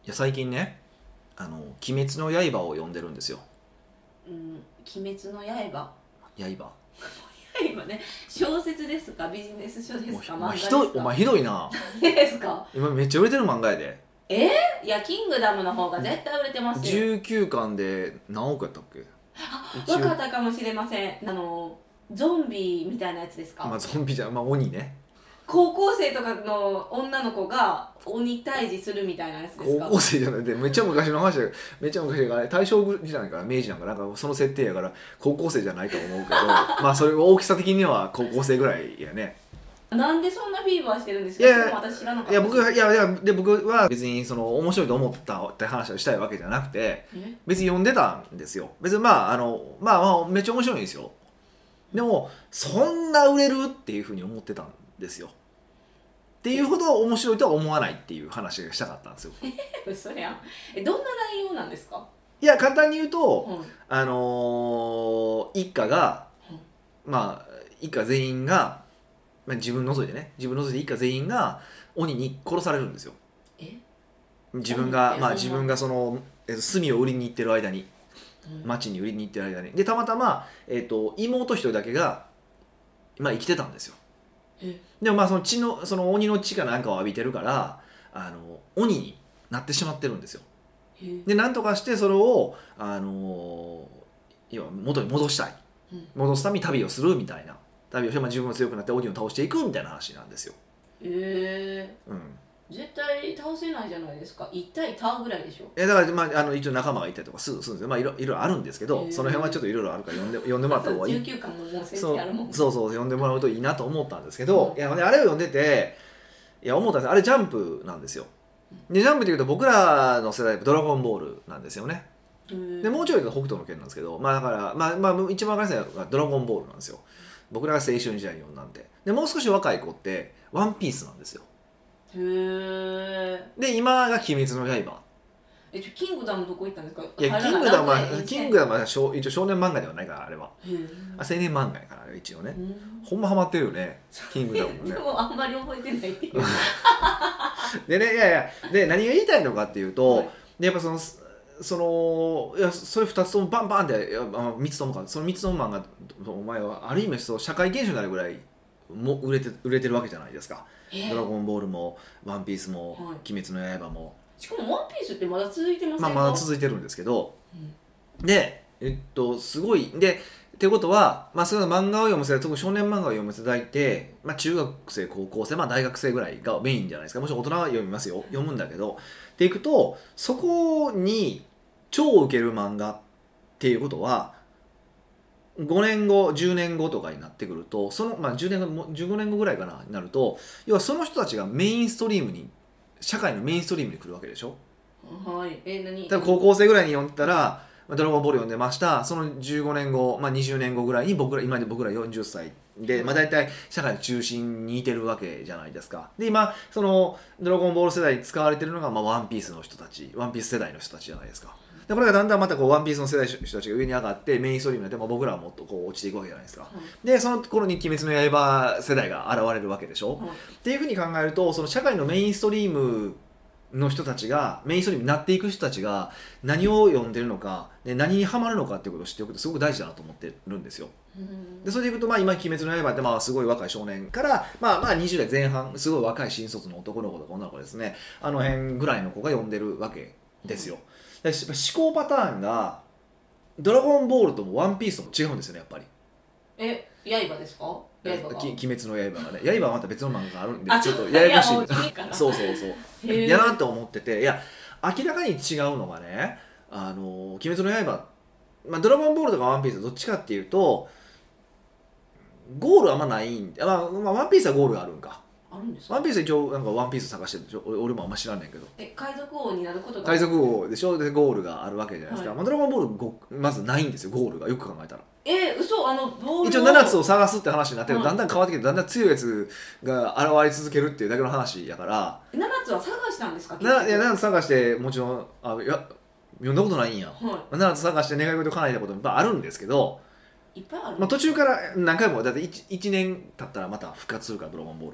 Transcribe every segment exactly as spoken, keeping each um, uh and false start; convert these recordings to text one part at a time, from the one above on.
や最近ね、あの「鬼滅の刃」を読んでるんですよ。 うん、鬼滅の刃刃今ね、小説ですか、ビジネス書ですか、漫画ですか。 ひどい、お前ひどいな。 何ですか。 今めっちゃ売れてる漫画やで。 えー、いやキングダムの方が絶対売れてますよ。 じゅうきゅうかんで何億やったっけ。 分かったかもしれません。あのゾンビみたいなやつですか。 まあゾンビじゃん、まあ鬼ね。 高校生とかの女の子が鬼退治するみたいなやつですか。 高校生じゃないで、めっちゃ昔の話だめっちゃ昔だから大正時代から明治なんかなんかその設定やから高校生じゃないと思うけどまあそれ大きさ的には高校生ぐらいやね。 なんでそんなフィーバーしてるんですか。 いやいや、 それも私知らなかった。 いや僕はいやいやで僕は別にその面白いと思ったって話をしたいわけじゃなくて、別に読んでたんですよ。別にまああのまあ、まあ、めっちゃ面白いんですよ。でもそんな売れるっていうふうに思ってたんですよ。っていうほど面白いとは思わないっていう話がしたかったんですよ。 嘘やん。え、どんな内容なんですか。 いや簡単に言うと、 うん、 あのー、一家が、うん、まあ一家全員が、まあ、自分除いてね自分除いて一家全員が鬼に殺されるんですよ。 え自分がまあ自分がその炭を売りに行ってる間に、 うん、 町に売りに行ってる間にでたまたま、えー、と妹一人だけが、まあ、生きてたんですよ。でもまあその血のその鬼の血かなんかを浴びてるからあの鬼になってしまってるんですよ。でなんとかしてそれをあの要は元に戻したい、うん、戻すために旅をするみたいな旅をして、まあ、自分が強くなって鬼を倒していくみたいな話なんですよ。 へえー、 うん絶対倒せないじゃないですか。いち対タぐらいでしょ。 えだから、まあ、あの一応仲間がいたりとかするんですよ。まあいろいろあるんですけど、その辺はちょっといろいろあるから読んで読んでもらった方がいい。 じゅうきゅうかんももう先生あるもん。 そうそうそう読んでもらうといいなと思ったんですけど、うん、いやあれを読んでていや思ったんです。あれジャンプなんですよ。でジャンプっていうと僕らの世代ドラゴンボールなんですよね。でもうちょい言うと北斗の拳なんですけど、まあだからまあまあ一番分かりやすいのがドラゴンボールなんですよ。僕らが青春時代に読んだんで。でもう少し若い子ってワンピースなんですよ。へー。で今が鬼滅の刃。 えキングダムどこ行ったんですか。 いやキングダムはキングダムは一応少年漫画ではないからあれは。あ青年漫画やからあれ一応ね。ほんまハマってるよねキングダムもね。 でもあんまり覚えてないっていう。 でねいやいやで何が言いたいのかっていうと、はい、でやっぱそのそのいやそれふたつともバンバンってみっつともかそのみっつとも漫画お前はある意味そう社会現象になるぐらいも売れて売れてるわけじゃないですか。ドラゴンボールもワンピースも、はい、鬼滅の刃も。 しかもワンピースってまだ続いてますね。 まあまだ続いてるんですけど、うん、でえっとすごいでってことは、まあ、そういう漫画を読む世代特に少年漫画を読む世代って、まあ、中学生高校生、まあ、大学生ぐらいがメインじゃないですか。もちろん大人は読みますよ読むんだけどっていくとそこに超受ける漫画っていうことはごねんごじゅうねんごとかになってくるとその、まあ、じゅうねんごじゅうごねんごぐらいかなになると要はその人たちがメインストリームに社会のメインストリームに来るわけでしょ。 はいえ何多分高校生ぐらいに読んだらドラゴンボール読んでました。そのじゅうごねんご、まあ、にじゅうねんごぐらいに僕ら今で僕らよんじゅっさいで、まあ、大体社会の中心にいてるわけじゃないですか。で今そのドラゴンボール世代に使われてるのが、まあ、ワンピースの人たちワンピース世代の人たちじゃないですか。でこれがだんだんまたこうワンピースの世代の人たちが上に上がってメインストリームになって、まあ、僕らはもっとこう落ちていくわけじゃないですか、うん、でその頃に鬼滅の刃世代が現れるわけでしょ、うん、っていうふうに考えるとその社会のメインストリームの人たちがメインストリームになっていく人たちが何を読んでるのかで何にハマるのかっていうことを知っておくとすごく大事だなと思ってるんですよ。でそれでいくと、まあ、今「鬼滅の刃」ってまあすごい若い少年から、まあ、まあにじゅう代前半すごい若い新卒の男の子とか女の子ですねあの辺ぐらいの子が読んでるわけですよ。で思考パターンがドラゴンボールともワンピースとも違うんですよねやっぱり。 え刃ですか。刃が鬼滅の刃がね刃はまた別の漫画があるんでちょっとややこしいそうそうそうやなと思ってていや明らかに違うのがねあの鬼滅の刃、まあ、ドラゴンボールとかワンピースはどっちかっていうとゴールあんまないんで、まあまあ、ワンピースはゴールがあるんかあるんですか。 ワンピース一応なんかワンピース探してるでしょ。俺もあんま知らんねんけどえ海賊王になることが海賊王でしょでゴールがあるわけじゃないですか、はいまあ、ドラゴンボールごまずないんですよゴールがよく考えたら。 えー、嘘あのボール一応ななつを探すって話になってる、 はい、 だんだん変わってきてだんだん強いやつが現れ続けるっていうだけの話やからななつは探したんですか。 ないやななつ探してもちろんあいや読んだことないんや、 はい、 ななつ探して願い事叶えたこともいっぱいあるんですけどいっぱいある、 まあ、途中から何回もだって 1, いちねん経ったらまた復活するからドラゴンボールは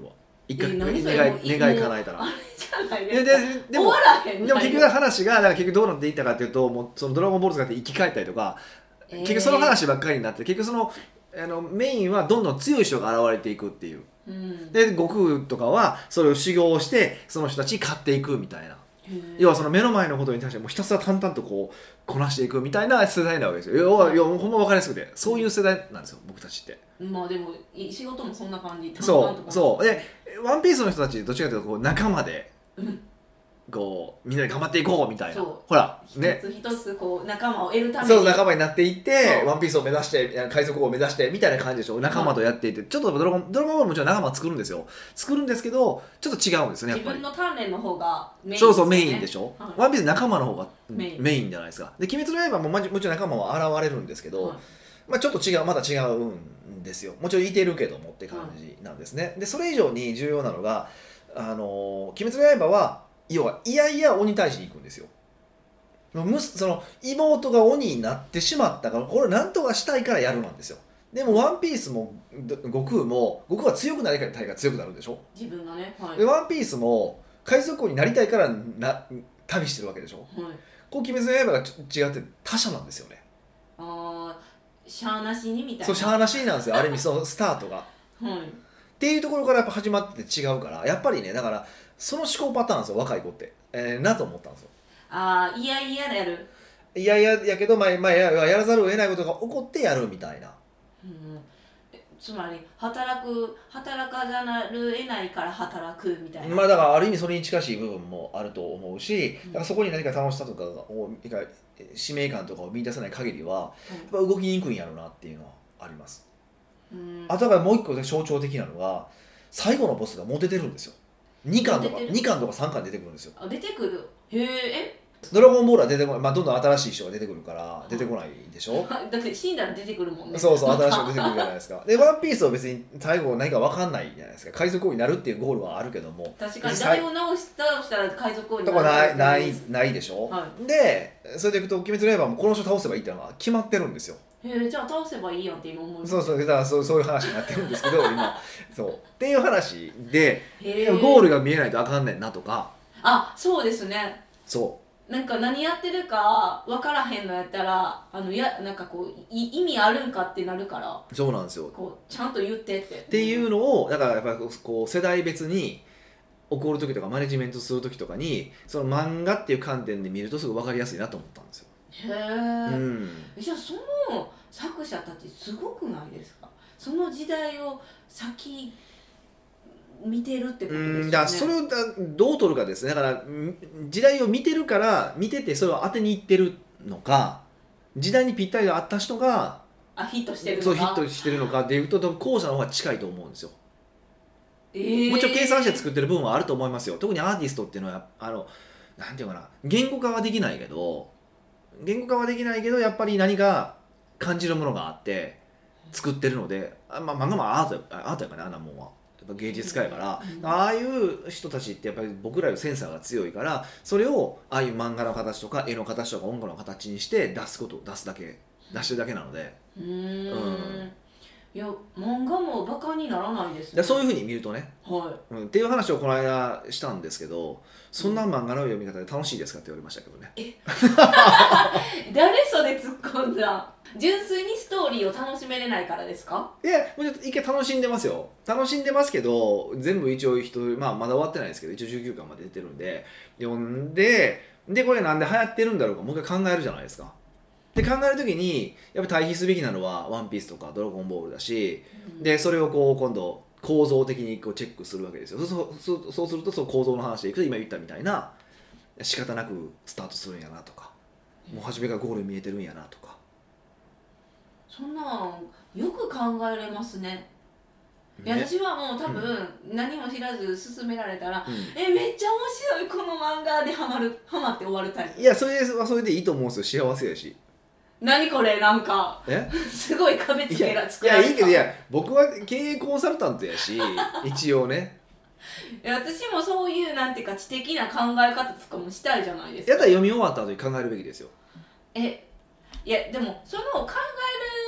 一回え何それ願もうい願い叶えたらあれじゃないでですか。 ででも終わらへん。 でも結局話がだから結局どうなっていったかっていうともうそのドラゴンボール使って生き返ったりとか、 えー結局その話ばっかりになって結局そのあのメインはどんどん強い人が現れていくっていううん、 で悟空とかはそれを修行してその人たちに勝っていくみたいなへー要はその目の前のことに対してもうひたすら淡々とこうこなしていくみたいな世代なわけですよ要は、 はいいやほんま分かりやすくてそういう世代なんですよ僕たちってまあでもい仕事もそんな感じ。 そうそうでワンピースの人たちどっちかというとこう仲間でうんこうみんなで頑張っていこうみたいなそうほら一ねつ一つこう仲間を得るためにそう仲間になっていってそうワンピースを目指して海賊王を目指してみたいな感じでしょ仲間とやっていてちょっとドラゴンドラゴンボールもちろん仲間作るんですよ作るんですけどちょっと違うんですねやっ自ぱり分の鍛錬の方がメインですよね。 そうそうメインでしょ、 はいワンピース仲間の方がメインメインじゃないですかで鬼滅の刃もまじもちろん仲間は現れるんですけど、 はいまあ、ちょっと違うまだ違うんですよもちろんいてるけどもって感じなんですね、でそれ以上に重要なのがあの鬼滅の刃は要はいやいや鬼退治に行くんですよむすその妹が鬼になってしまったからこれなんとかしたいからやるなんですよでもワンピースもど悟空も悟空は強くなりたいから強くなるんでしょ自分がね、はいでワンピースも海賊王になりたいからな旅してるわけでしょはい、 こう鬼滅の刃がち違って他者なんですよねあーしゃーなしにみたいな。 そうしゃーなしなんですよある意味そのスタートがはいっていうところからやっぱ始まってて違うからやっぱりねだからその思考パターンなんですよ若い子って、えー、なと思ったんですよああいやいやでやる、 いやいややけど、まあまあ、ややらざるを得ないことが起こってやるみたいなうん、えつまり働く働かざるを得ないから働くみたいな、 まあだからある意味それに近しい部分もあると思うしだからそこに何か楽しさとかをなんか使命感とかを見出さない限りはやっぱ動きにくいんやろうなっていうのはありますうん、 あとはもう一個で象徴的なのが最後のボスがもう出てるんですよにかんとかもう出てるにかんとかさんかん出てくるんですよあ出てくるへええドラゴンボールは出てこない、まあ、どんどん新しい人が出てくるから出てこないでしょだって死んだら出てくるもんねそうそうまた新しいの出てくるじゃないですかでワンピースは別に最後何か分かんないじゃないですか海賊王になるっていうゴールはあるけども確かに誰を直し倒したら海賊王にとかないなへいないでしょ、 はでそれでいくと「鬼滅の刃」もこの人倒せばいいっていうのは決まってるんですよえじゃあ倒せばいいやんって今思いますそうそうだからそうそういう話になってるんですけど今そうっていう話でへーゴールが見えないとあかんねんなとかあそうですねそなんか何やってるか分からへんのやったらあのやなんかこうい意味あるんかってなるからうそうなんですよこうちゃんと言ってってっていうのをだからやっぱりこう世代別に起こる時とかマネジメントする時とかにその漫画っていう観点で見るとすごく分かりやすいなと思ったんですよ。 へえ、 うんじゃあその作者たちすごくないですかその時代を先見てるってことですよね。 うんだからそれをだどう取るかですねだからん時代を見てるから見ててそれを当てにいってるのか時代にぴったりがあった人があヒットしてるのかそうヒットしてるのかっていうと多分後者の方が近いと思うんですよ。 えー、 もちろん計算して作ってる部分はあると思いますよ。特にアーティストっていうのはあのなんていうかな言語化はできないけど言語化はできないけどやっぱり何か感じるものがあって作ってるのであ、まあ、漫画もアートやアートやからねあんなもんはやっぱ芸術家やから、 うんああいう人たちってやっぱり僕らよりセンサーが強いからそれをああいう漫画の形とか絵の形とか音楽の形にして出すこと出すだけ出してるだけなので、 うーんうんいや漫画もバカにならないですね。 でそういうふうに見るとねはうん、っていう話をこの間したんですけどそんな漫画の読み方で楽しいですかって言われましたけどね、 い誰それ突っ込んだ純粋にストーリーを楽しめれないからですか。 いやもうちょっと一回楽しんでますよ楽しんでますけど全部一応人、まあ、まだ終わってないですけど一応じゅうきゅうかんまで出てるんで読んででこれなんで流行ってるんだろうかもう一回考えるじゃないですかで考えるときにやっぱ対比すべきなのは「ワンピースとか「ドラゴンボール」だし、 うんでそれをこう今度構造的にこうチェックするわけですよそうそうそうするとその構造の話でいくと今言ったみたいな仕方なくスタートするんやなとかもう初めからゴール見えてるんやなとかそんなんよく考えれますね。いやね私はもう多分何も知らず進められたら、 うんえめっちゃ面白いこの漫画でハマるハマって終わるタイプ。 いやそれはそれでいいと思うんですよ幸せやし何これなんかえすごい壁ついやけが作いられた。 やいいけどいや僕は経営コンサルタントやし一応ねいや私もそういうなんていうか知的な考え方とかもしたいじゃないですか。 やったら読み終わった後に考えるべきですよえいやでもその考える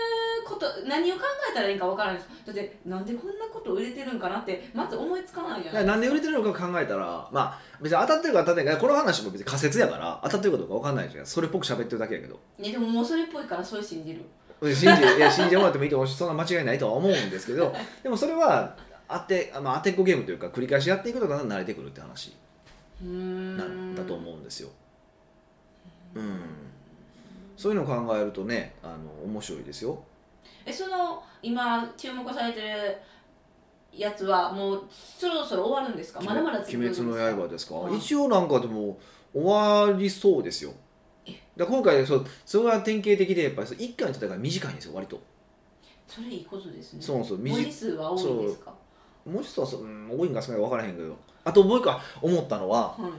こと何を考えたらいいかわからないです。だってなんでこんなこと売れてるんかなってまず思いつかないじゃないですか。 なんで売れてるのか考えたら、まあ別に当たってるか当たってないか、この話も別に仮説やから当たってるかどうか分かんないじゃん。それっぽく喋ってるだけやけど。 いやでももうそれっぽいからそれ信じる。 信じいや信じてもらってもいいと思うし、そんな間違いないとは思うんですけど、でもそれは当て、まあ、当てっこゲームというか繰り返しやっていくとだんだん慣れてくるって話なんだと思うんですよ。うん、そういうのを考えるとね、あの面白いですよ。 えその今注目されてるやつはもうそろそろ終わるんですか？まだまだ続くんですか？ 鬼滅の刃ですか、 うん、 一応なんかでも終わりそうですよ。だ今回そうそれは典型的で、やっぱりいっかいの戦い短いんですよ割と。 それいいことですね。 そうそう、 文字数は多いんですか？ 文字数はそ、うん、多いんか少ないか分からへんけど、あともう一個思ったのは、はい、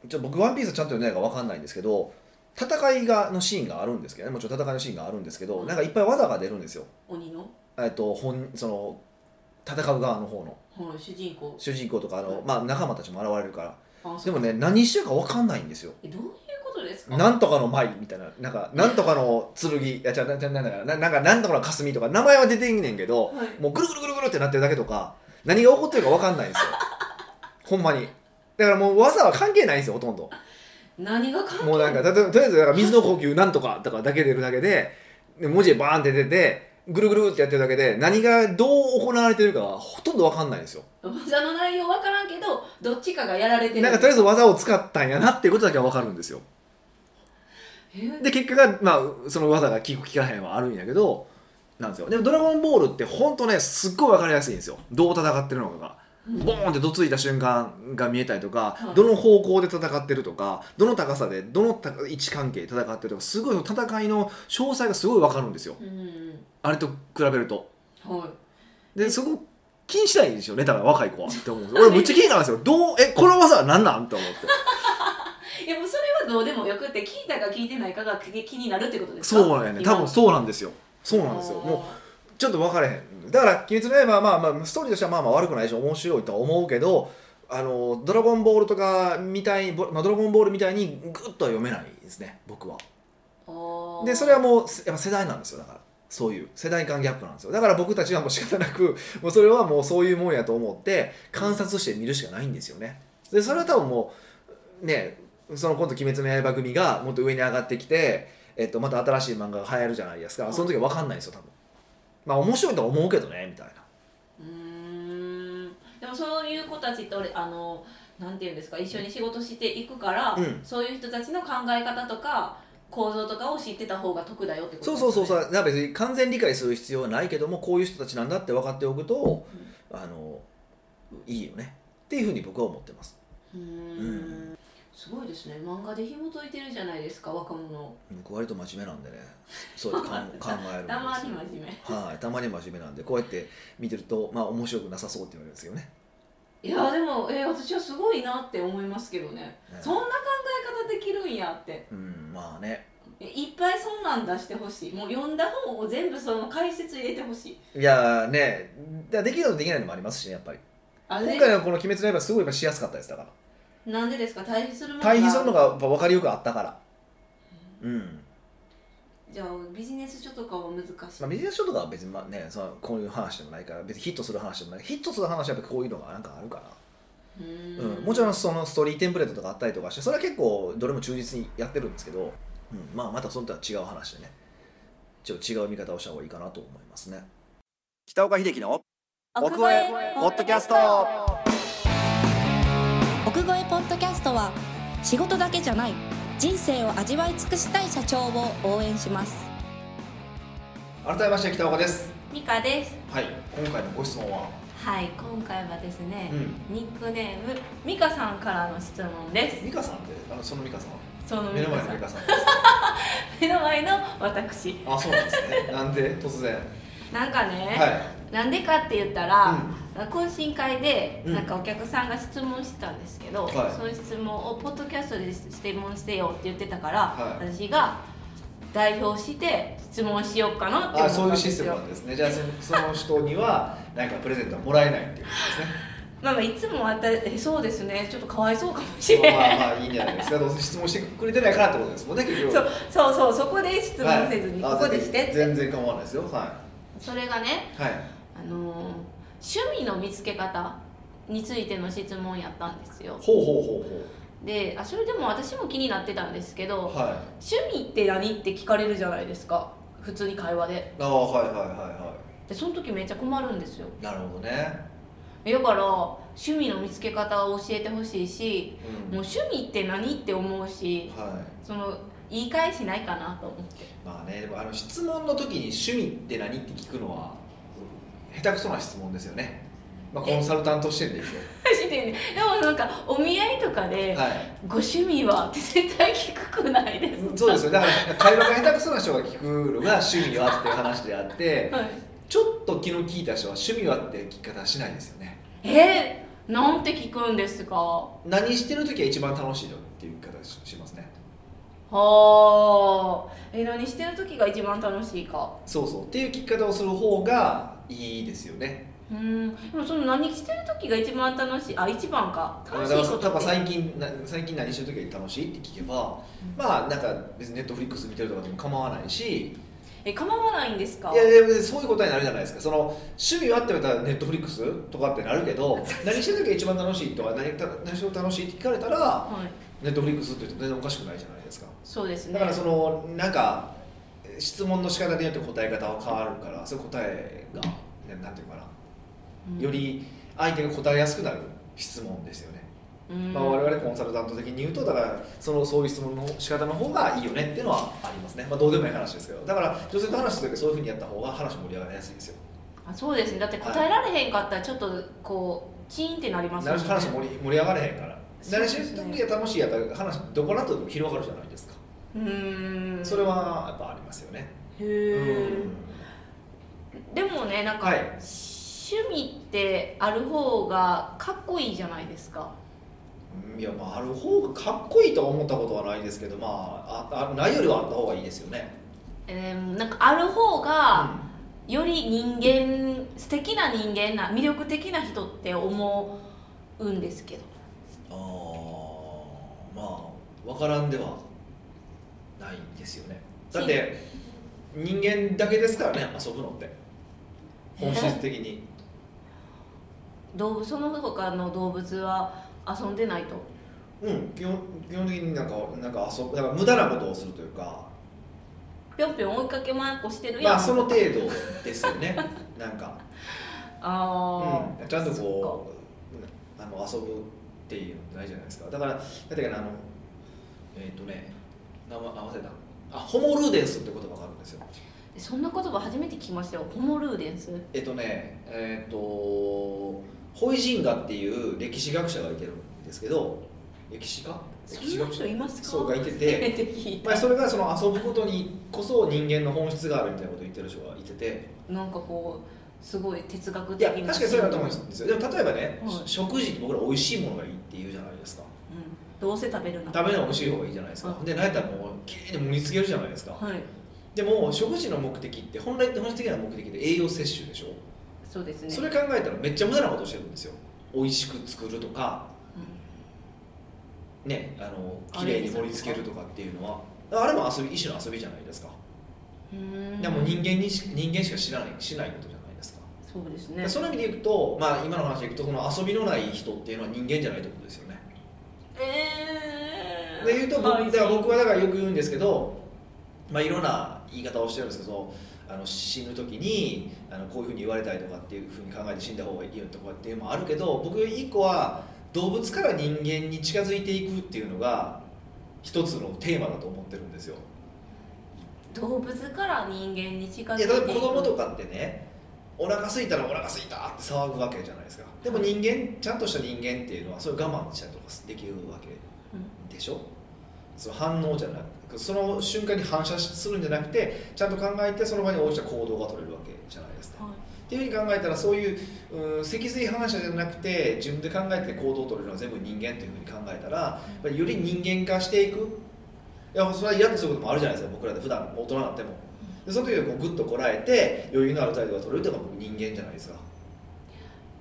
ちょ僕ワンピースちゃんと読んでないか分かんないんですけど、戦いがのシーンがあるんですけどね、もちろん戦いのシーンがあるんですけど、はい、なんかいっぱい技が出るんですよ。 鬼のえっと本その戦う側の方の、 はい、主人公主人公とかあの、はい、まあ、仲間たちも現れるから。 あでもね、何してるか分かんないんですよ。 えどういうことですか？ なんとかの舞みたいな、なんかなんとかの剣、いやじゃあなんだからな、なんかなんとかの霞とか名前は出てんねんけど、はい、もうぐるぐるぐるぐるってなってるだけとか、何が起こってるか分かんないんですよ。ほんまに。だからもう技は関係ないんですよほとんど。 何が関係ない？ もうなんかとりあえずだから水の呼吸なんとかとかだけ出るだけで、文字でバーンって出て。ぐるぐるってやってるだけで何がどう行われてるかはほとんど分かんないんですよ。 技の内容分からんけどどっちかがやられてる。 なんかとりあえず技を使ったんやなっていうことだけは分かるんですよ。で結果が、まあ、その技が効く効かへんはあるんやけどなんですよ。でもドラゴンボールって本当ねすっごい分かりやすいんですよ。どう戦ってるのかが。ボーンってどついた瞬間が見えたりとか、はい、どの方向で戦ってるとか、どの高さでどの位置関係で戦ってるとか、すごい戦いの詳細がすごい分かるんですよ、うん、あれと比べると、はい、でそこ気にしないでしょね、だから若い子はって思うんです俺むっちゃ気になるんですよ。どうえこの技は何なんって思っていやもうそれはどうでもよくて、聞いたか聞いてないかが気になるってことですか？そうなんやね、多分そうなんですよ。そうなんですよ。もうちょっと分かれへん。だから鬼滅の刃はまあまあストーリーとしてはまあまあ悪くないし面白いとは思うけど、あのドラゴンボールとかみたいに、まあ、ドラゴンボールみたいにグッとは読めないですね僕は。でそれはもうやっぱ世代なんですよ。だからそういう世代間ギャップなんですよ。だから僕たちはもう仕方なくもうそれはもうそういうもんやと思って観察して見るしかないんですよね。でそれは多分もうね、その今度鬼滅の刃組がもっと上に上がってきて、えっと、また新しい漫画が流行るじゃないですか。その時は分かんないですよ多分。まあ面白いとは思うけどねみたいな。 うーんでもそういう子たちとあのなんていうんですか、一緒に仕事していくから、うん、そういう人たちの考え方とか構造とかを知ってた方が得だよってことですね。 そうそうそうそう。だから別に完全理解する必要はないけども、こういう人たちなんだって分かっておくと、うん、あのいいよねっていうふうに僕は思ってます。 うーんうんすごいですね。漫画で紐解いてるじゃないですか若者。 僕割と真面目なんでね、そうやって考えるんですよ。 たまに真面目。 はい、たまに真面目なんでこうやって見てるとまあ面白くなさそうって言われるんですよね。 いやでも、えー、私はすごいなって思いますけどね。ねそんな考え方できるんやって。 うんまあね。 いっぱいそんなん出してほしい。もう読んだ本を全部その解説入れてほしい。 いやね、できるのとできないのもありますしねやっぱり。今回のこの鬼滅の刃すごいしやすかったですだから。 なんでですか？対比するものが対比するのがやっぱ分かりよくあったから。うん。うん、 じゃあビジネス書とかは難しい。 まあ、ビジネス書とかは別にまあね、そのこういう話でもないから別にヒットする話でもない。ヒットする話はやっぱこういうのがなんかあるから。うん、うん、もちろんそのストーリーテンプレートとかあったりとかして、それは結構どれも忠実にやってるんですけど、うん、まあまたそのとは違う話でね、ちょっと違う見方をした方がいいかなと思いますね。北岡秀樹の奥越えポッドキャスト。 奥越えポッドキャストは仕事だけじゃない人生を味わい尽くしたい社長を応援します。 改めまして北岡です。 美香です。 はい、今回のご質問ははい、今回はですね、うん、ニックネーム美香さんからの質問です。 美香さんってあのその美香さん？ その目の前の美香さんです目の前の私。 あ、そうなんですね。なんで突然？ なんかね、 はい、 なんでかって言ったら、うん、懇親会でなんかお客さんが質問してたんですけど、うん、その質問をポッドキャストで質問してよって言ってたから、はい、私が代表して質問しようかなって思ったんですよ。 あ、そういうシステムなんですね。じゃあその人には何かプレゼントはもらえないっていうことですね。 まあまあいつもあったえそうですねちょっとかわいそうかもしれないまあまあいいんじゃないですかどうせ質問してくれてないからってことですもんね結局そうそうそうそこで質問せずに、はい、ここでしてって全然構わないですよはいそれがね、 はいあのー、趣味の見つけ方についての質問やったんですよほうほうほうほうであそれでも私も気になってたんですけど、 はい、 趣味って何って聞かれるじゃないですか普通に会話でああはいはいはいはいでその時めっちゃ困るんですよなるほどねだから趣味の見つけ方を教えてほしいし、うん、もう趣味って何って思うし、 はい、 その言い返しないかなと思ってまあねでもあの質問の時に趣味って何って聞くのは下手くそな質問ですよね、まあ、コンサルタントしてるでしょしてねでもなんかお見合いとかで、はい、ご趣味はって絶対聞くくないですかそうですよだから会話が下手くそな人が聞くのが趣味はっていう話であって、はい、ちょっと気の利いた人は趣味はって聞き方はしないですよねえー、なんて聞くんですか何してる時が一番楽しいのっていう言い方しますねはあえ何してる時が一番楽しいかそうそうっていう聞き方をする方がいいですよねうんでもその何してる時が一番楽しいあ一番か楽しいことって多分最近最近何してる時が楽しいって聞けば、うん、まあなんか別にネットフリックス見てるとかでも構わないしえ構わないんですかいやいやそういう答えになるじゃないですかその趣味はって言われたらネットフリックスとかってなるけど何してる時が一番楽しいとか 何, 何してる楽しいって聞かれたら、はい、ネットフリックスって言って全然おかしくないじゃないですかそうですねだからそのなんか質問の仕方によって答え方は変わるからそういう答えが、ね、なんていうかな、うん、より相手が答えやすくなる質問ですよねまあ、我々コンサルタント的に言うとだからそのそういう質問の仕方の方がいいよねっていうのはありますね、まあ、どうでもいい話ですけどだから女性と話するときそういうふうにやった方が話盛り上がりやすいんですよあそうですねだって答えられへんかったらちょっとこうチーンってなりますよね話盛り盛り上がれへんから何してる時が楽しいやったら話どこらとでも広がるじゃないですかうーんそれはやっぱありますよねへえでもねなんか、はい、趣味ってある方がかっこいいじゃないですかいやまあある方がかっこいいとは思ったことはないですけどまあ、ああないよりはあった方がいいですよね、 えー、なんかある方が、うん、より人間素敵な人間な魅力的な人って思うんですけどああまあ分からんではないですよねだって人間だけですからね遊ぶのって本質的に、 えー、動物その他の動物は遊んでないとうん基本、基本的になんかなんか遊ぶだから無駄なことをするというかぴょんぴょん追いかけ回っこしてるやんまあその程度ですよねなんかあ、 うん、ちゃんとこうあの遊ぶっていうのないじゃないですかだからだってかねあのえっ、ー、とね名前合わせたあホモルーデンスって言葉があるんですよそんな言葉初めて聞きましたよホモルーデンスえっ、ー、とねえっ、ー、とホイジンガっていう歴史学者がいてるんですけど歴史家歴史学者いますかそうがいててまあそれがその遊ぶことにこそ人間の本質があるみたいなことを言ってる人がいててなんかこうすごい哲学的な。いや確かにそうだと思うんですよ。でも例えばね、はい、食事って僕ら美味しいものがいいって言うじゃないですか、 うん、どうせ食べるな食べるの美味しい方がいいじゃないですか、はい、で何やったらもうきれいに盛り付けるじゃないですか、 はい、でも食事の目的って本来本質的な目的で栄養摂取でしょ。 そうですね。それ考えたらめっちゃ無駄なことをしてるんですよ。美味しく作るとか、うん、ね、あの綺麗に盛り付けるとかっていうのはあれも遊び一種の遊びじゃないですか。うーんでも人間にし人間しか知らないしないことじゃないですか。 そうですね。 その意味でいくと、まあ今の話でいくとこの遊びのない人っていうのは人間じゃないってことですよね。 えー、 で言うと僕、だから僕はだからよく言うんですけど、まあいろんな言い方をしてるんですけど、あの死ぬ時にあのこういうふうに言われたりとかっていうふうに考えて死んだ方がいいよとかっていうのもあるけど、僕一個は動物から人間に近づいていくっていうのが一つのテーマだと思ってるんですよ。 動物から人間に近づいていく。 いや例えば子供とかってね、お腹空いたらお腹空いたって騒ぐわけじゃないですか。でも人間、ちゃんとした人間っていうのはそれを我慢したりとかできるわけでしょ、うん、その反応じゃなくその瞬間に反射するんじゃなくてちゃんと考えてその場に応じた行動が取れるわけじゃないですか、はい、っていうふうに考えたらそういう、うん、脊髄反射じゃなくて自分で考えて行動を取れるのは全部人間というふうに考えたら、やっぱりより人間化していく。いやそれは嫌とすることもあるじゃないですか、僕らで普段大人になっても。でその時でこうグッとこらえて余裕のある態度が取れるというのが人間じゃないですか。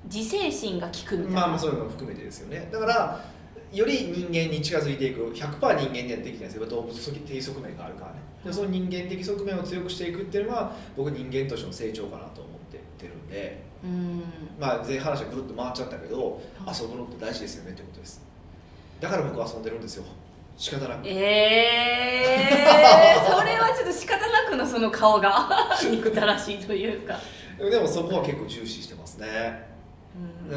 自制心が効くみたいな、 まあまあそういうのも含めてですよね。だからより人間に近づいていく ひゃくパーセント 人間にはできないんですけど、動物的側面があるからね。でその人間的側面を強くしていくっていうのは僕人間としての成長かなと思っててるんで、 うんまあ前半話がぐるっと回っちゃったけど、遊ぶのって大事ですよねってことです。だから僕は遊んでるんですよ、仕方なく。 えー、それはちょっと仕方なくのその顔が憎たらしいというか。 でもそこは結構重視してますね。うん、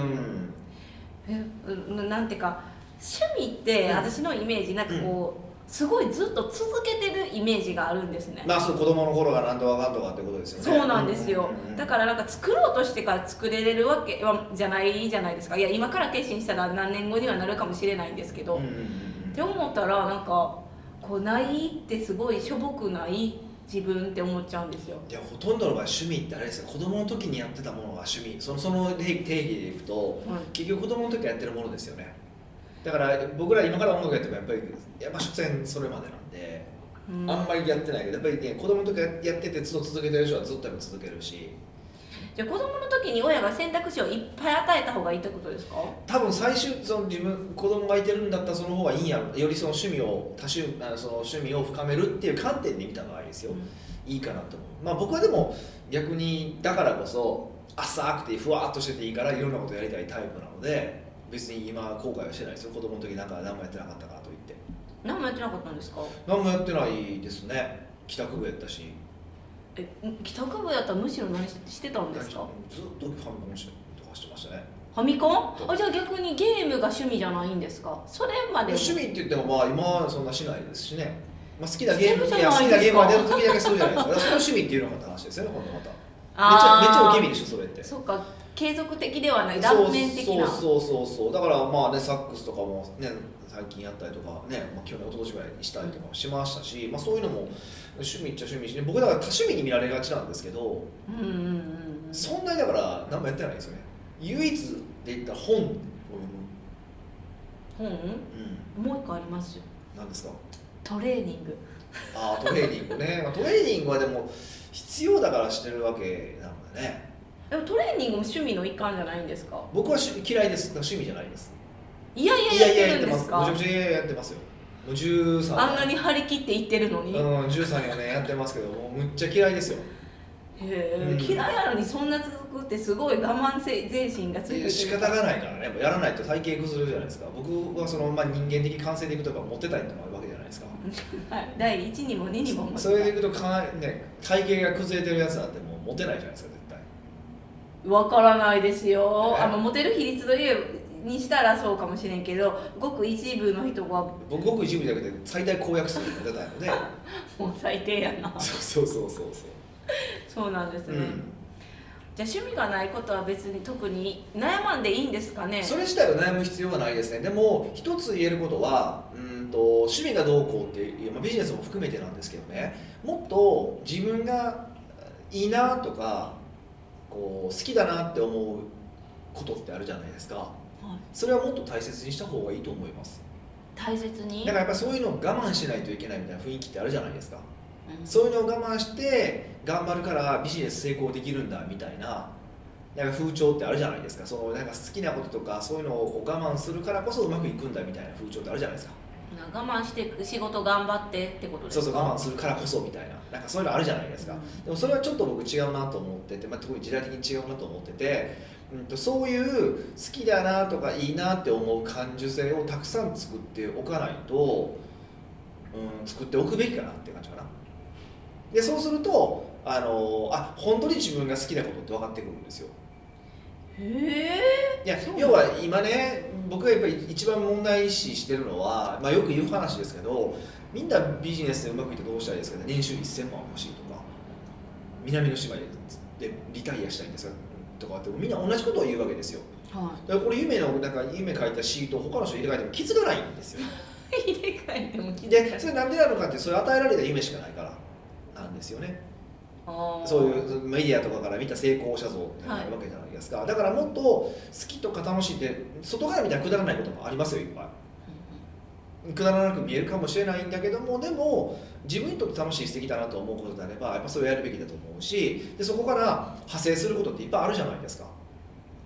うん、なんていうか趣味って私のイメージなんかこう、うん、すごいずっと続けてるイメージがあるんですね。 まあそう子供の頃がなんとかかんとかってことですよね。 そうなんですよ、うんうん、だからなんか作ろうとしてから作れれるわけじゃないじゃないですか。いや今から決心したら何年後にはなるかもしれないんですけど、うんうんうん、って思ったらなんかこうないってすごいしょぼくない自分って思っちゃうんですよ。 いやほとんどの場合趣味ってあれですよ、子供の時にやってたものが趣味、そのその定義でいくと、うん、結局子供の時やってるものですよね。だから僕ら今から音楽やってもやっぱりやっぱ所詮それまでなんで、うん、あんまりやってないけどやっぱりね子供の時やっててずっと続けてる人はずっと続けるし。 じゃあ子供の時に親が選択肢をいっぱい与えた方がいいってことですか？ 多分最終その自分子供がいてるんだったらその方がいいんやろ、よりその趣味を多種その趣味を深めるっていう観点で見た場合ですよ、うん、いいかなと思う。まあ僕はでも逆にだからこそ浅くてふわっとしてていいからいろんなことやりたいタイプなので別に今後悔はしてないですよ。子供の時なんか何もやってなかったからといって。 何もやってなかったんですか？ 何もやってないですね。帰宅部やったし。 え帰宅部やったらむしろ何してたんですか？ ずっとファミコンしてとかしてましたね。 ファミコン？あ、じゃあ逆にゲームが趣味じゃないんですか？それまで趣味って言ってもまあ今はそんなしないですしね、まあ、好きなゲームいや好きなゲームは出る時だけするじゃないですか。それ趣味っていうのが話ですよね。今度まためっちゃめっちゃ受け身でしょそれって。 そうか、継続的ではない断面的な。 そうそうそうそう。だからまあねサックスとかもね最近やったりとかね、まあ、去年一昨年ぐらいにしたりとかもしましたし、まあ、そういうのも趣味っちゃ趣味し、ね、僕だから多趣味に見られがちなんですけど、 うんうんうんうん、 そんなにだから何もやってないんですよね。唯一で言ったら本を読む。 本？うん、もう一個ありますよ。 何ですか？ トレーニング。 ああトレーニングね、まあ、トレーニングはでも必要だからしてるわけなのでね。 でもトレーニングも趣味の一環じゃないんですか？ 僕は嫌いです。趣味じゃないです。 いやいややってるんですか？ めちゃくちゃやってますよ。もうじゅうさんあんなに張り切って言ってるのに。 うん、じゅうさん、よねんやってますけどもうむっちゃ嫌いですよ。 へえ、うん、嫌いなのにそんな続くってすごい我慢精神がついてる。 仕方がないからね、やらないと体型崩れるじゃないですか。僕はその、まあ、人間的感性でいくとか持ってたいってのがあるわけじゃないですか。 はい、だいいちにもににも持ってたい。 それでいくとか、ね、体型が崩れてるやつなんてもう持てないじゃないですか絶対。 わからないですよ。あのモテる比率というにしたらそうかもしれんけど、ごく一部の人が僕ごく一部じゃなくて最大公約数が出たのでもう最低やな。 そうそうそうそうそうそうなんですね、うん、じゃあ趣味がないことは別に特に悩まんでいいんですかね？ それ自体は悩む必要はないですね。でも一つ言えることはうんと趣味がどうこうっていう、まあ、ビジネスも含めてなんですけどね、もっと自分がいいなとかこう好きだなって思うことってあるじゃないですか。それはもっと大切にした方がいいと思います。 大切に？ だからやっぱりそういうのを我慢しないといけないみたいな雰囲気ってあるじゃないですか、うん、そういうのを我慢して頑張るからビジネス成功できるんだみたいな、なんか風潮ってあるじゃないですか。そのなんか好きなこととかそういうのを我慢するからこそうまくいくんだみたいな風潮ってあるじゃないですか。 我慢して仕事頑張ってってことですか？ そうそう、我慢するからこそみたいな、なんかそういうのあるじゃないですか、うん、でもそれはちょっと僕違うなと思ってて、まあ、特に時代的に違うなと思ってて、うん、とそういう好きだなとかいいなって思う感受性をたくさん作っておかないと、うん、作っておくべきかなっていう感じかな。でそうするとあのあ本当に自分が好きなことって分かってくるんですよ。 へえ。 いや要は今ね、僕がやっぱり一番問題視してるのは、まあ、よく言う話ですけど、みんなビジネスでうまくいってどうしたらいいですかね。年収せんまん欲しいとか、南の島でリタイアしたいんですよとかってみんな同じことを言うわけですよ、はい、だからこれ夢のなんか夢書いたシートを他の人入れ替えても気づかないんですよ入れ替えても気づかない。 でそれなんでなのかって、それ与えられた夢しかないからなんですよね。あそういうメディアとかから見た成功者像ってあるわけじゃないですか、はい、だからもっと好きとか楽しいって外から見たらくだらないこともありますよいっぱい。くだらなく見えるかもしれないんだけども、でも自分にとって楽しい素敵だなと思うことであればやっぱそれをやるべきだと思うし、でそこから派生することっていっぱいあるじゃないですか。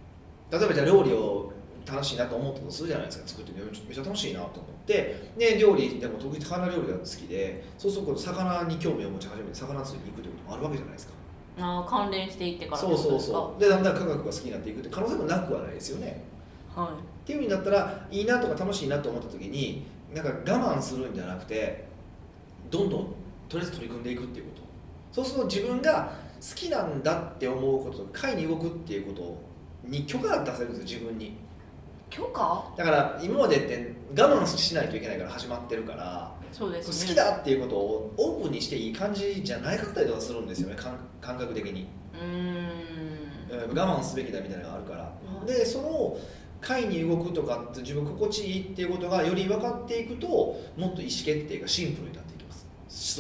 例えばじゃあ料理を楽しいなと思ったとするじゃないですか。作ってみめっちゃ楽しいなと思ってで料理でも特に魚料理が好きでそうすると魚に興味を持ち始めて魚釣りに行くということもあるわけじゃないですか。 あ関連していってからそうそうそうでだんだん科学が好きになっていくって可能性もなくはないですよね。 はい、 っていう意味だったらいいなとか楽しいなと思った時になんか我慢するんじゃなくてどんどんとりあえず取り組んでいくっていうこと。そうすると自分が好きなんだって思うこと快に動くっていうことに許可が出せるんですよ自分に。 許可だから今までって我慢しないといけないから始まってるからそうです、ね、 好きだっていうことをオープンにしていい感じじゃなかったりとかするんですよね感覚的に。 うーん我慢すべきだみたいなのがあるから、うん、でその快に動くとかって自分心地いいっていうことがより分かっていくともっと意思決定がシンプルになっていきます。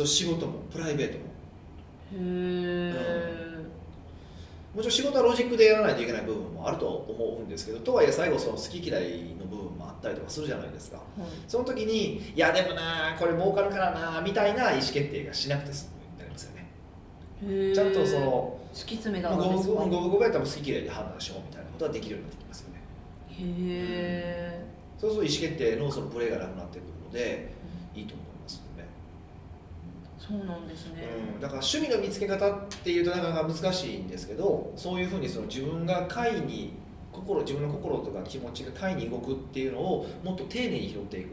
仕事もプライベートも。 へー、 うんもちろん仕事はロジックでやらないといけない部分もあると思うんですけどとはいえ最後その好き嫌いの部分もあったりとかするじゃないですか、うん、その時にいやでもなこれ儲かるからなみたいな意思決定がしなくて済むようになりますよね。 へちゃんとその突き詰めたのですか。五分五分やったら好き嫌いで判断しようみたいなことができるようになってきますよね。 へえ、 うん、そうすると意思決定のそのブレがなくなってくるので、うん、いいと思います。 そうなんですね、 うん、だから趣味の見つけ方っていうとなかなか難しいんですけどそういうふうにその自分が快に心自分の心とか気持ちが快に動くっていうのをもっと丁寧に拾っていく。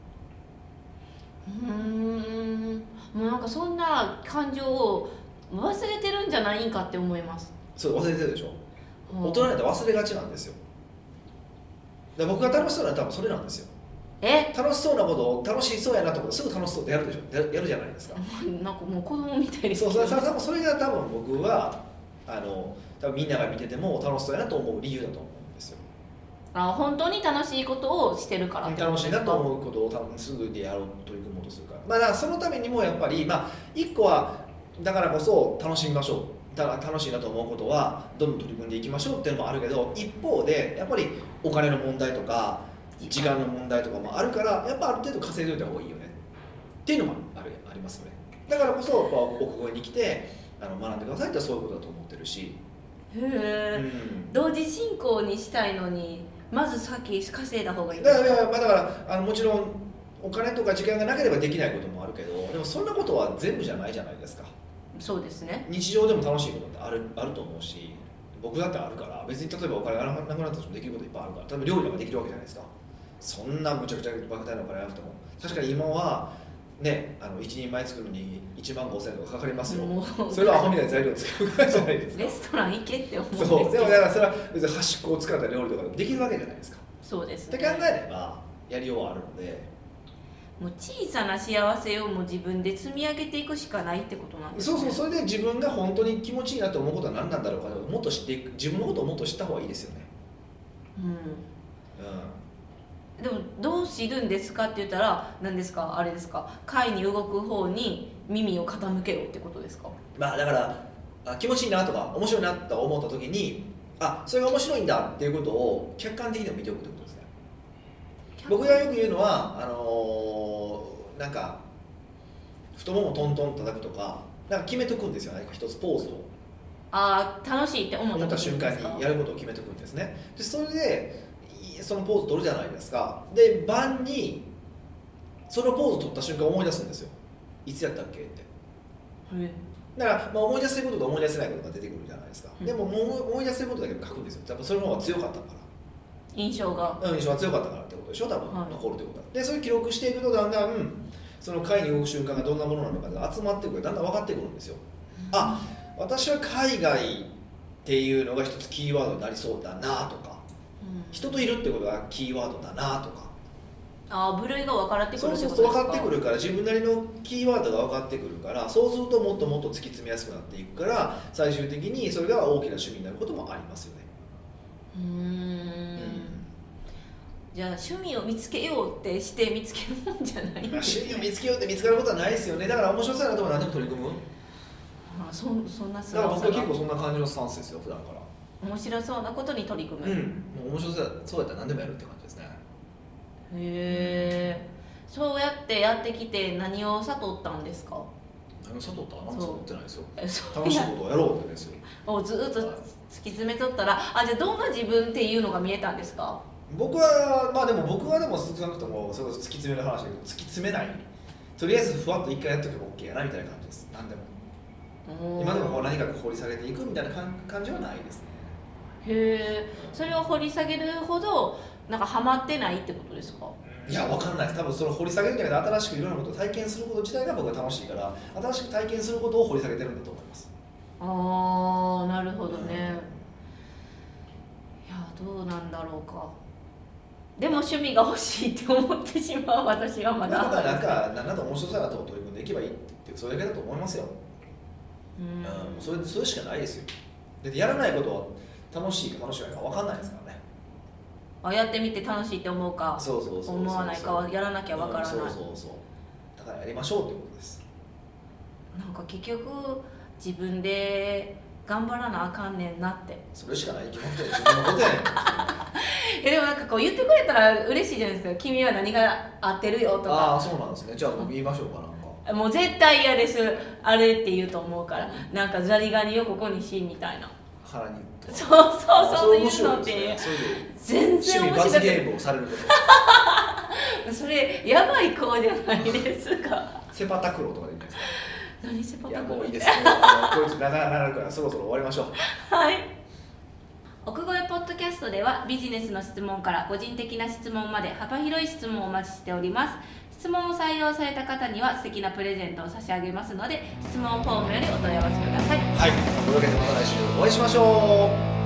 うーんもうなんかそんな感情を忘れてるんじゃないんかって思います。 そう忘れてるでしょ、うん、大人になったら忘れがちなんですよ。だから僕が楽しそうなのは多分それなんですよ。 え楽しそうなことを楽しそうやなと思ってすぐ楽しそうってやるでしょ や, やるじゃないですか。 なんかもう子供みたいですけどそうそ れ, それが多分僕はあの多分みんなが見てても楽しそうやなと思う理由だと思うんですよ。 あ本当に楽しいことをしてるからって楽しいなと思うことを多分すぐでやろう取り組もうとするから、まあ、だからそのためにもやっぱり、まあ、一個はだからこそ楽しみましょうだから楽しいなと思うことはどんどん取り組んでいきましょうっていうのもあるけど一方でやっぱりお金の問題とか時間の問題とかもあるからやっぱある程度稼いでおいた方がいいよねっていうのもあるありますよね。だからこそ奥越えに来てあの学んでくださいってそういうことだと思ってるし。 へえ、うん、同時進行にしたいのにまず先稼いだ方がいいですか。だから、まあ、だからあのもちろんお金とか時間がなければできないこともあるけどでもそんなことは全部じゃないじゃないですか。 そうですね。 日常でも楽しいことってある、あると思うし僕だってあるから別に例えばお金がなくなったとしてもできることいっぱいあるから例えば料理ができるわけじゃないですか。そんなむちゃくちゃ莫大なお金なくても確かに今はねあの一人前作るのにいちまんごせんえんとかかかりますよ。それはアホみたいな材料を使うからじゃないですか。 レストラン行けって思うんですけどそうでもだからそれは別に端っこを使った料理とかでもできるわけじゃないですか。 そうですね。 って考えればやりようはあるのでもう小さな幸せをもう自分で積み上げていくしかないってことなんですね。 そうそうそれで自分が本当に気持ちいいなと思うことは何なんだろうかもっと知っていく自分のことをもっと知った方がいいですよね。 うん、うんでもどう知るんですかって言ったら何ですかあれですか快に動く方に耳を傾けろってことですか。 まあだからあ気持ちいいなとか面白いなと思った時にあそれが面白いんだっていうことを客観的にも見ておくってことですね。僕がよく言うのはあのー、なんか太ももトントン叩くとかなんか決めとくんですよね一つポーズを。 ああ楽しいって思った瞬間にやることを決めておくんですね。でそれでそのポーズ取るじゃないですか。で晩にそのポーズ取った瞬間思い出すんですよ。いつやったっけって。だから、まあ、思い出せることと思い出せないことが出てくるじゃないですか、うん、でも思い出せることだけ書くんですよ。やっぱそれの方が強かったから印象が、 うん、印象が強かったからってことでしょ多分、はい、残るってことだ。でそれ記録していくとだんだんその回に動く瞬間がどんなものなのかが集まってくるだんだん分かってくるんですよ、うん、あ私は海外っていうのが一つキーワードになりそうだなとか、うん、人といるってことがキーワードだなとかあ部類が分かってくるってことですか。 そうそう分かってくるから自分なりのキーワードが分かってくるからそうするともっともっと突き詰めやすくなっていくから最終的にそれが大きな趣味になることもありますよね。 うーん、うんじゃあ趣味を見つけようってして見つけるもんじゃないんです、ね、 趣味を見つけようって見つかることはないですよね。だから面白そうなところ何でも取り組む。 あそそんなだから僕は結構そんな感じのスタンスですよ普段から。 面白そうなことに取り組む。 うんもう面白そうだったら何でもやるって感じですね。へえそうやってやってきて何を悟ったんですか。 悟った何も悟ってないですよ。 そう楽しいことをやろうってですよ。 もうずっと突き詰めとったら、あ、じゃあどんな自分っていうのが見えたんですか？ 僕はまあでも僕はでも少なくともそれこそ突き詰める話だけど、突き詰めない、とりあえずふわっと一回やっとけば OK やなみたいな感じです。何でも今でも何か掘り下げていくみたいな感じはないですね。 へえ、それを掘り下げるほどなんかハマってないってことですか？ いや、分かんないです。多分それを掘り下げるんだけど、新しくいろんなことを体験すること自体が僕は楽しいから、新しく体験することを掘り下げてるんだと思います。 ああ、なるほどね、うん、いや、どうなんだろうか。でも趣味が欲しいって思ってしまう私はまだ。 だからなんか何だと面白そうなことを取り組んでいけばいいっていう、それだけだと思いますよ。うん、うん、それそれしかないですよ。でやらないことは楽しいか楽しくないか分かんないですからね。 あ、やってみて楽しいって思うか思わないかはやらなきゃ分からない。そうそうそう、 だからやりましょうってことです。 なんか結局自分で頑張らなあかんねんなって。 それしかない気持ちで自分のことやねんえ、でもなんかこう言ってくれたら嬉しいじゃないですか。君は何が合ってるよとか。 ああ、そうなんですね。じゃあ僕言いましょうか。なんかもう絶対嫌です、あれって言うと思うから、なんかザリガニをここにしみたいな、 腹にそうそうそういうのって、ね、全然面白い。 罰ゲームをされることそれやばい子じゃないですか。 セパタクローとかでいいんですか？ 何セパタクロー？いや、 もういいですよ。こいつ長くなるからそろそろ終わりましょう。 はい。奥越ポッドキャストではビジネスの質問から個人的な質問まで幅広い質問をお待ちしております。質問を採用された方には素敵なプレゼントを差し上げますので、質問フォームよりお問い合わせください。 はい、というわけでまた来週お会いしましょう。